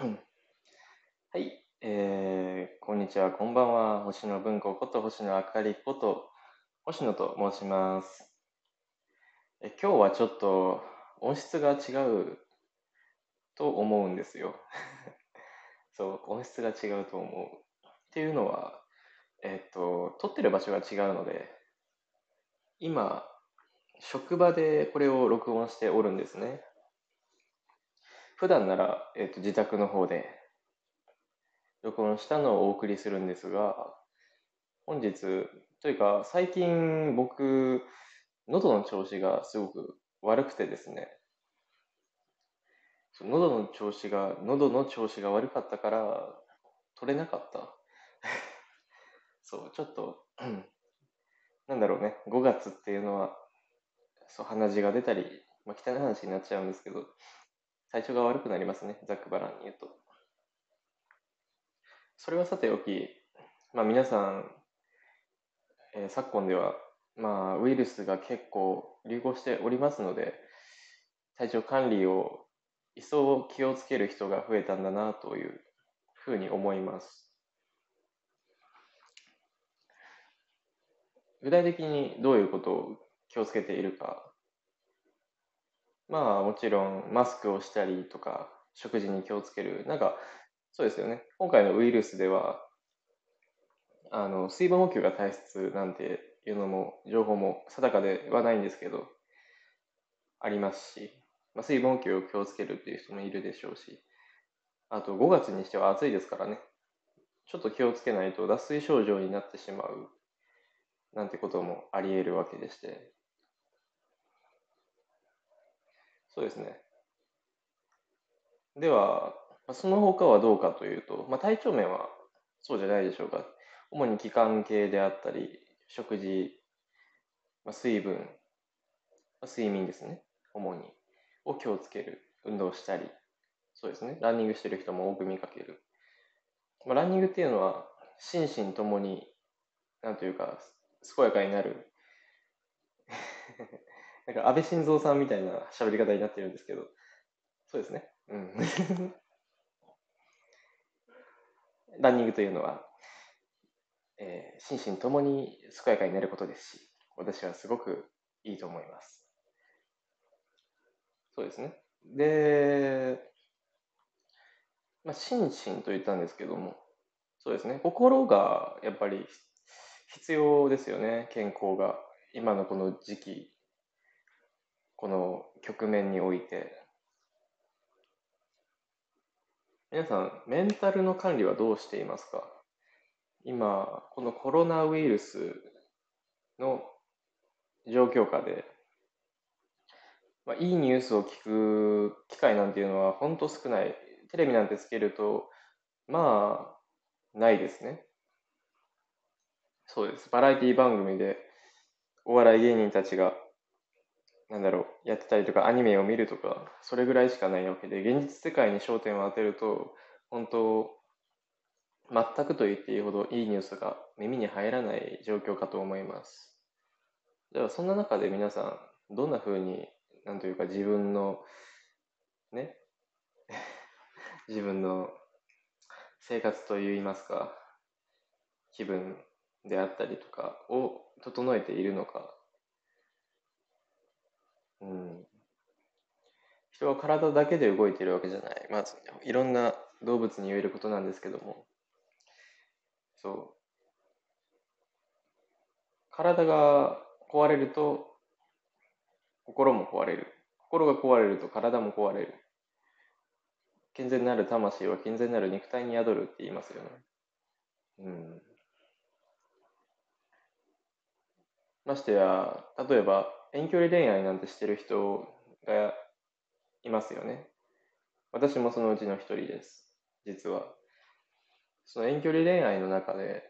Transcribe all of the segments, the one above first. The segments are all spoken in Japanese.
はい、こんにちは、こんばんは。星野文庫こと星野あかりこと星野と申します。今日はちょっと音質が違うと思うんですよ。そう、音質が違うと思う。っていうのは、撮ってる場所が違うので、今、職場でこれを録音しておるんですね。普段なら、自宅の方で録音したのをお送りするんですが、本日、というか最近僕、喉の調子がすごく悪くてですね、喉の調子が悪かったから取れなかった。そう、ちょっと、なんだろうね、5月っていうのは、そう、鼻血が出たり、汚い話になっちゃうんですけど、体調が悪くなりますね、ざっくばらんに言うと。それはさておき、皆さん、昨今では、ウイルスが結構流行しておりますので、体調管理を一層気をつける人が増えたんだなというふうに思います。具体的にどういうことを気をつけているか。もちろんマスクをしたりとか、食事に気をつける。そうですよね。今回のウイルスでは、水分補給が大切なんていうのも、情報も定かではないんですけど、ありますし、水分補給を気をつけるっていう人もいるでしょうし、あと5月にしては暑いですからね、ちょっと気をつけないと脱水症状になってしまうなんてこともあり得るわけでして、そうですね。では、その他はどうかというと、体調面はそうじゃないでしょうか。主に気管系であったり、食事、水分、睡眠ですね。主に。を気をつける。運動したり。そうですね。ランニングしてる人も多く見かける。ランニングっていうのは、心身ともに、なんというか、健やかになる。なんか安倍晋三さんみたいな喋り方になってるんですけど、そうですね。うん。ランニングというのは、心身ともに健やかになることですし、私はすごくいいと思います。そうですね。で、心身と言ったんですけども、そうですね。心がやっぱり必要ですよね、健康が。今のこの時期、この局面において。皆さん、メンタルの管理はどうしていますか？今、このコロナウイルスの状況下で、いいニュースを聞く機会なんていうのは本当少ない。テレビなんてつけると、まないですね。そうです。バラエティ番組でお笑い芸人たちが、やってたりとか、アニメを見るとか、それぐらいしかないわけで、現実世界に焦点を当てると、本当、全くと言っていいほどいいニュースが耳に入らない状況かと思います。では、そんな中で皆さん、どんな風に、なんというか自分の、ね、自分の生活といいますか、気分であったりとかを整えているのか、うん、人は体だけで動いているわけじゃない。いろんな動物に言えることなんですけども、そう、体が壊れると心も壊れる。心が壊れると体も壊れる。健全なる魂は健全なる肉体に宿るって言いますよね。うん。ましてや、例えば遠距離恋愛なんてしてる人がいますよね。私もそのうちの一人です。実は。その遠距離恋愛の中で、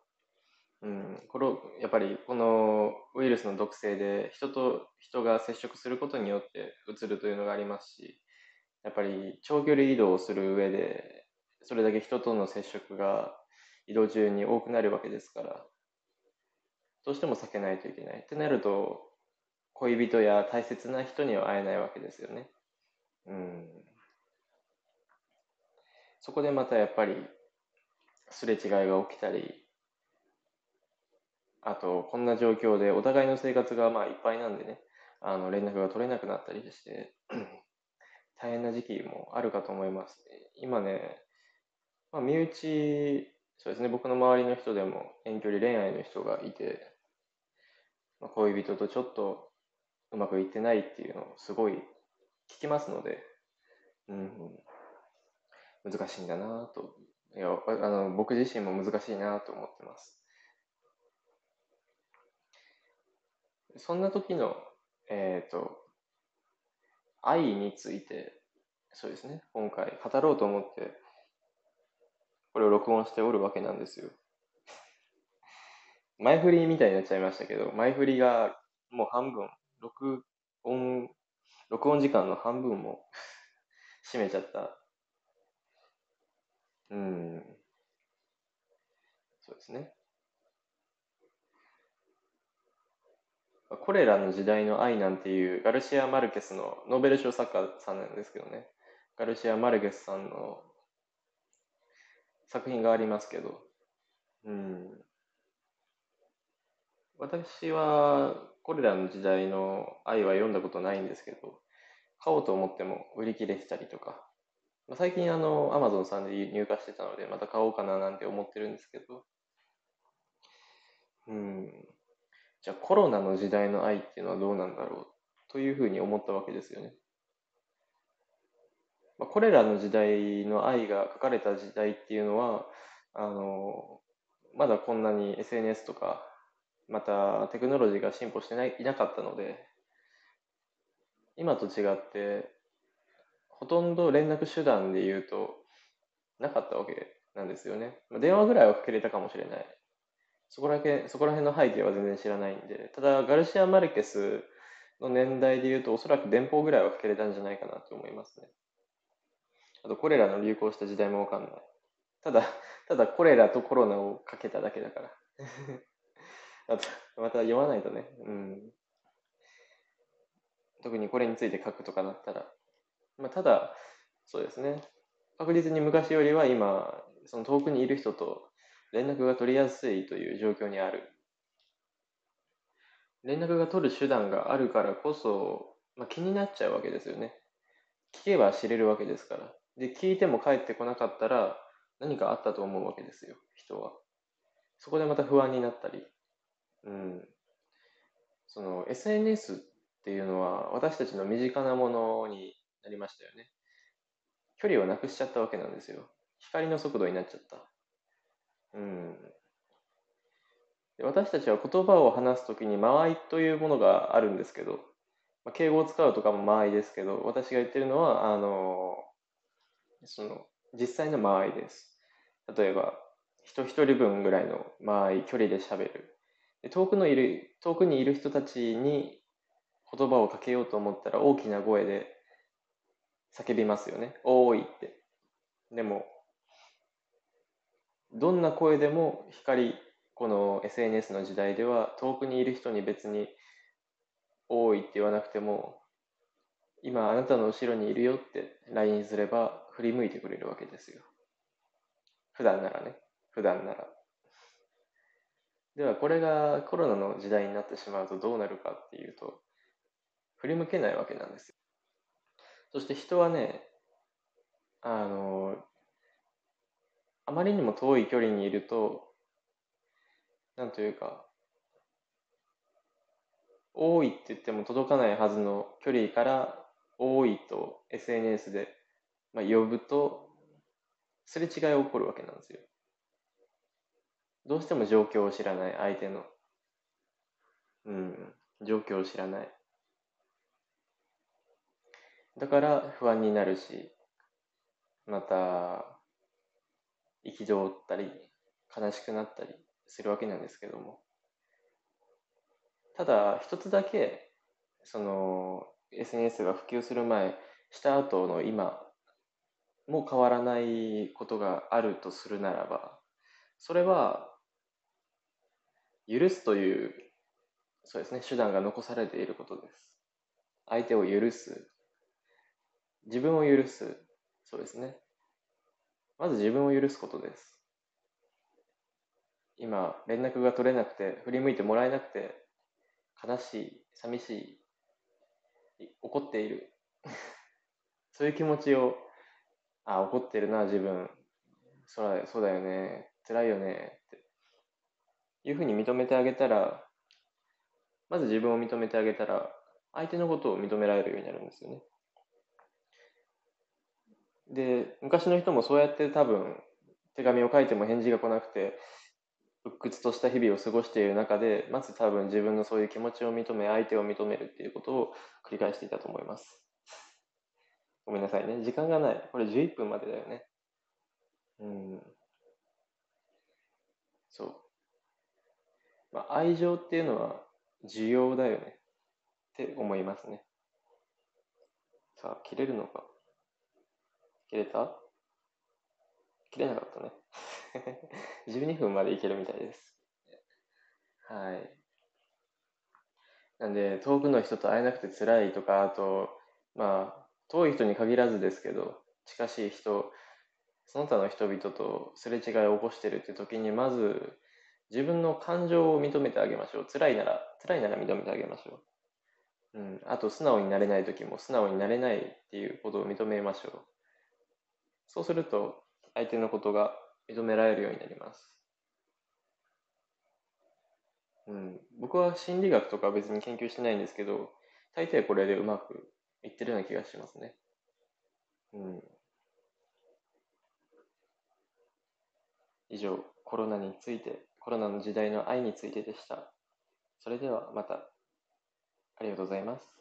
やっぱりこのウイルスの毒性で人と人が接触することによってうつるというのがありますし、やっぱり長距離移動をする上で、それだけ人との接触が移動中に多くなるわけですから、どうしても避けないといけない。ってなると、恋人や大切な人には会えないわけですよね。うん。 そこでまたやっぱりすれ違いが起きたり、あと、こんな状況でお互いの生活がまあいっぱいなんでね、連絡が取れなくなったりして、大変な時期もあるかと思います。今ね、まあ、身内、そうですね、僕の周りの人でも遠距離恋愛の人がいて、まあ、恋人とちょっとうまくいってないっていうのをすごい聞きますので、うん、難しいんだなと。いや、僕自身も難しいなと思ってます。そんな時の、えっと、愛について、そうですね、今回語ろうと思って、これを録音しておるわけなんですよ。前振りみたいになっちゃいましたけど、前振りがもう半分、音、録音時間の半分も占めちゃった。うん、そうですね。コレラの時代の愛なんていうガルシア・マルケスのノーベル賞作家さんなんですけどね。ガルシア・マルケスさんの作品がありますけど、うん、私はコレラの時代の愛は読んだことないんですけど、買おうと思っても売り切れしたりとか、最近アマゾンさんで入荷してたので、また買おうかななんて思ってるんですけど、うん、じゃあコロナの時代の愛っていうのはどうなんだろうというふうに思ったわけですよね。これらの時代の愛が書かれた時代っていうのは、あの、まだこんなに SNS とか、またテクノロジーが進歩していなかったので、今と違って、ほとんど連絡手段で言うと、なかったわけなんですよね。電話ぐらいはかけれたかもしれない。そこら辺の背景は全然知らないんで、ただ、ガルシア・マルケスの年代で言うと、おそらく電報ぐらいはかけれたんじゃないかなと思いますね。あと、コレラの流行した時代もわかんない。ただ、ただコレラとコロナをかけただけだから。あと、また読まないとね。うん。特にこれについて書くとかだったら。ただ、そうですね。確実に昔よりは今、その遠くにいる人と連絡が取りやすいという状況にある。連絡が取る手段があるからこそ、気になっちゃうわけですよね。聞けば知れるわけですから。で、聞いても帰ってこなかったら何かあったと思うわけですよ、人は。そこでまた不安になったり。うん。その SNS っていうのは私たちの身近なものになりましたよね。距離をなくしちゃったわけなんですよ。光の速度になっちゃった。うん。で、私たちは言葉を話すときに間合いというものがあるんですけど、敬語を使うとかも間合いですけど、私が言ってるのは、その実際の間合いです。例えば、人一人分ぐらいの間合い、距離で喋る。で、遠くにいる人たちに言葉をかけようと思ったら大きな声で叫びますよね。おーいって。でも、どんな声でもこの SNS の時代では遠くにいる人に別に多いって言わなくても、今あなたの後ろにいるよって LINE すれば振り向いてくれるわけですよ。普段ならね。普段なら。ではこれがコロナの時代になってしまうとどうなるかっていうと、振り向けないわけなんですよ。そして人はね、あの、あまりにも遠い距離にいると、なんというか、多いって言っても届かないはずの距離から多いと SNS で、呼ぶと、すれ違いが起こるわけなんですよ。どうしても状況を知らない相手の、うん、状況を知らない。だから不安になるし、また憤ったり悲しくなったりするわけなんですけども、ただ一つだけその SNS が普及する前した後の今も変わらないことがあるとするならば、それは許すという、そうですね、手段が残されていることです。相手を許す、自分を許す、そうですね。 まず自分を許すことです。今、連絡が取れなくて、振り向いてもらえなくて、悲しい、寂しい、怒っている。そういう気持ちを、怒ってるな、自分。そうだよね。辛いよね。っていうふうに認めてあげたら、まず自分を認めてあげたら、相手のことを認められるようになるんですよね。で、昔の人もそうやって多分、手紙を書いても返事が来なくて、鬱屈とした日々を過ごしている中で、まず多分自分のそういう気持ちを認め、相手を認めるっていうことを繰り返していたと思います。ごめんなさいね。時間がない。これ11分までだよね。うん。そう。愛情っていうのは需要だよねって思いますね。さあ、切れるのか。切れた？切れなかったね。12分までいけるみたいです。はい。なんで、遠くの人と会えなくて辛いとか、あと、遠い人に限らずですけど、近しい人、その他の人々とすれ違いを起こしているって時に、まず、自分の感情を認めてあげましょう。辛いなら認めてあげましょう。うん。あと、素直になれない時も、素直になれないっていうことを認めましょう。そうすると、相手のことが認められるようになります。うん。僕は心理学とかは別に研究してないんですけど、大抵これでうまくいってるような気がしますね。うん。以上、コロナの時代の愛についてでした。それではまた、ありがとうございます。